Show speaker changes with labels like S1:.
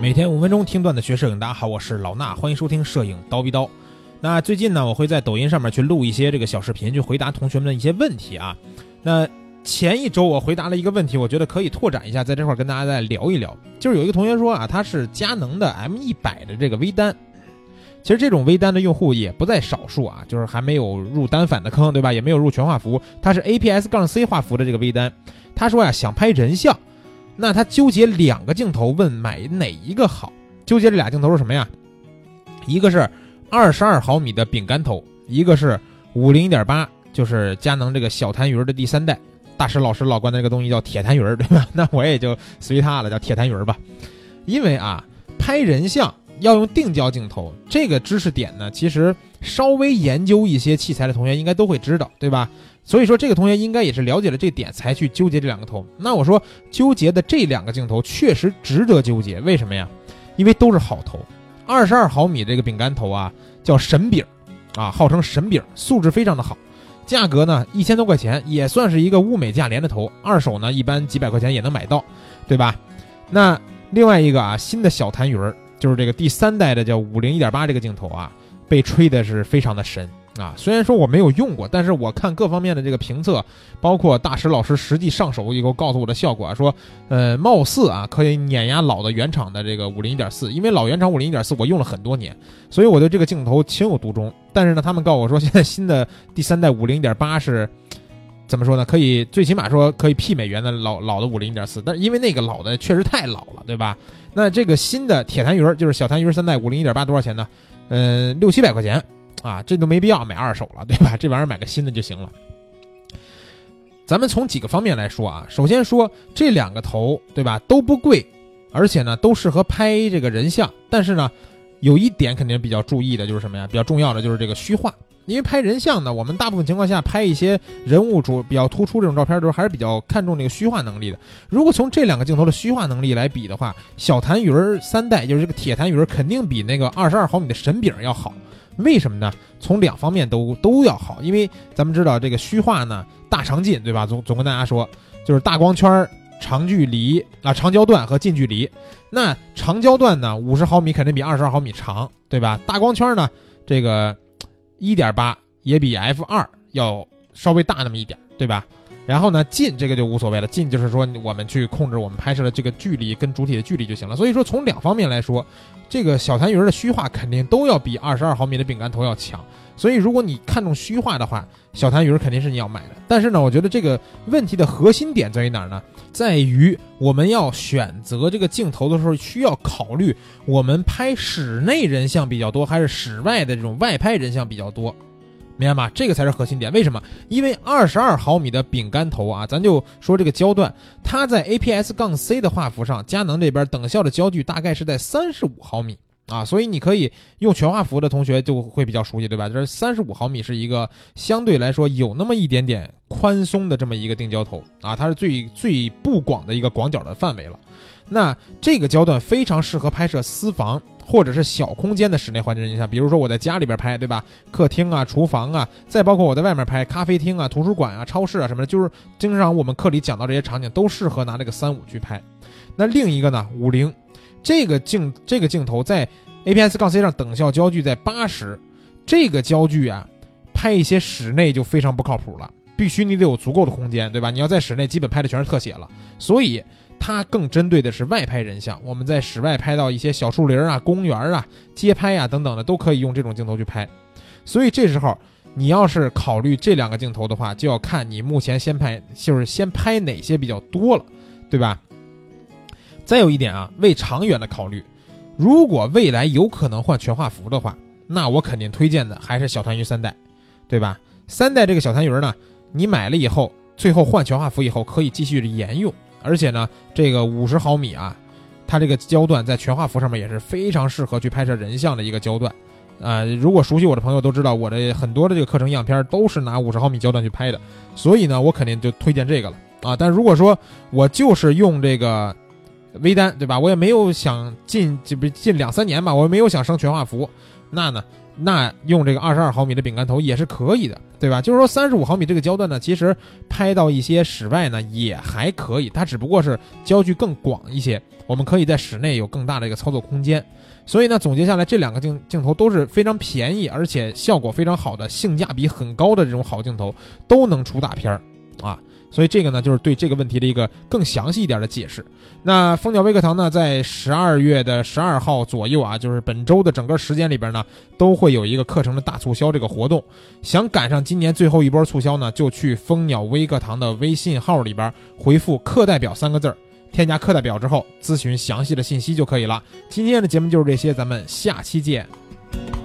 S1: 每天5分钟听段子学摄影，大家好，我是老衲，欢迎收听摄影刀逼刀。那最近呢，我会在抖音上面去录一些这个小视频，去回答同学们的一些问题啊。那前一周我回答了一个问题，我觉得可以拓展一下，在这块跟大家再聊一聊。就是有一个同学说啊，他是佳能的 M100的这个微单。其实这种微单的用户也不在少数啊，就是还没有入单反的坑，对吧？也没有入全画幅，它是 APS-C 画幅的这个微单。他说呀，想拍人像，那他纠结2个镜头，问买哪一个好。纠结这俩镜头是什么呀？一个是22毫米的饼干头，一个是50-1.8，就是佳能这个小痰盂的第3代。大师老师老管那个东西叫铁痰盂，对吧？那我也就随他了，叫铁痰盂吧。因为啊，拍人像要用定焦镜头，这个知识点呢，其实稍微研究一些器材的同学应该都会知道，对吧？所以说这个同学应该也是了解了这点才去纠结这2个头。那我说纠结的这2个镜头确实值得纠结，为什么呀？因为都是好头。22毫米这个饼干头啊，叫神饼啊，号称神饼，素质非常的好，价格呢1000多块钱，也算是一个物美价廉的头，二手呢一般几百块钱也能买到，对吧？那另外一个啊，新的小痰盂，就是这个第3代的叫50-1.8这个镜头啊，被吹的是非常的神啊。虽然说我没有用过，但是我看各方面的这个评测，包括大师老师实际上手以后告诉我的效果啊，说貌似啊可以碾压老的原厂的这个50-1.4，因为老原厂50-1.4我用了很多年，所以我对这个镜头情有独钟。但是呢，他们告诉我说现在新的第3代50-1.8是怎么说呢？可以最起码说可以媲美原来老的50-1.4，但是因为那个老的确实太老了，对吧？那这个新的铁痰盂就是小痰盂3代50-1.8多少钱呢？600-700块钱啊，这都没必要买二手了，对吧？这玩意儿买个新的就行了。咱们从几个方面来说啊，首先说这2个头，对吧？都不贵，而且呢都适合拍这个人像，但是呢有一点肯定比较注意的就是什么呀？比较重要的就是这个虚化。因为拍人像呢，我们大部分情况下拍一些人物比较突出这种照片的时候，还是比较看重这个虚化能力的。如果从这2个镜头的虚化能力来比的话，小痰盂3代就是这个铁痰盂肯定比那个22毫米的神饼要好。为什么呢？从2方面都要好。因为咱们知道这个虚化呢，大长近，对吧？总跟大家说，就是大光圈、长距离啊、长焦段和近距离。那长焦段呢，50毫米肯定比22毫米长，对吧？大光圈呢，这个1.8也比 F2 要稍微大那么一点，对吧？然后呢，近这个就无所谓了，近就是说我们去控制我们拍摄的这个距离跟主体的距离就行了。所以说从2方面来说，这个小痰盂的虚化肯定都要比22毫米的饼干头要强。所以如果你看重虚化的话，小痰盂肯定是你要买的。但是呢，我觉得这个问题的核心点在于哪儿呢？在于我们要选择这个镜头的时候，需要考虑我们拍室内人像比较多，还是室外的这种外拍人像比较多，明白吗？这个才是核心点。为什么？因为22毫米的饼干头啊，咱就说这个焦段，它在 APS-C 的画幅上，佳能这边等效的焦距大概是在35毫米啊，所以你可以用全画幅的同学就会比较熟悉，对吧？这35毫米是一个相对来说有那么一点点宽松的这么一个定焦头啊，它是最不广的一个广角的范围了。那这个焦段非常适合拍摄私房或者是小空间的室内环境人像，比如说我在家里边拍，对吧？客厅啊、厨房啊，再包括我在外面拍咖啡厅啊、图书馆啊、超市啊什么的，就是经常我们课里讲到这些场景都适合拿这个35去拍。那另一个呢，50这个镜头在 APS-C 上等效焦距在80，这个焦距啊，拍一些室内就非常不靠谱了，必须你得有足够的空间，对吧？你要在室内基本拍的全是特写了，所以它更针对的是外拍人像。我们在室外拍到一些小树林啊、公园啊、街拍啊等等的，都可以用这种镜头去拍。所以这时候你要是考虑这2个镜头的话，就要看你目前先拍哪些比较多了，对吧？再有一点啊，为长远的考虑，如果未来有可能换全画幅的话，那我肯定推荐的还是小痰盂3代，对吧？3代这个小痰盂呢，你买了以后，最后换全画幅以后可以继续沿用，而且呢，这个50毫米啊，它这个焦段在全画幅上面也是非常适合去拍摄人像的一个焦段。如果熟悉我的朋友都知道，我的很多的这个课程样片都是拿50毫米焦段去拍的，所以呢，我肯定就推荐这个了啊。但如果说我就是用这个微单，对吧？我也没有想近2-3年吧，我也没有想升全画幅，那呢， 那用这个22毫米的饼干头也是可以的，对吧？就是说35毫米这个焦段呢，其实拍到一些室外呢也还可以，它只不过是焦距更广一些，我们可以在室内有更大的一个操作空间。所以呢，总结下来，这两个镜头都是非常便宜，而且效果非常好的，性价比很高的这种好镜头，都能出大片啊。所以这个呢，就是对这个问题的一个更详细一点的解释。那蜂鸟微课堂呢，在12月12号左右啊，就是本周的整个时间里边呢，都会有一个课程的大促销这个活动。想赶上今年最后一波促销呢，就去蜂鸟微课堂的微信号里边回复课代表3个字，添加课代表之后咨询详细的信息就可以了。今天的节目就是这些，咱们下期见。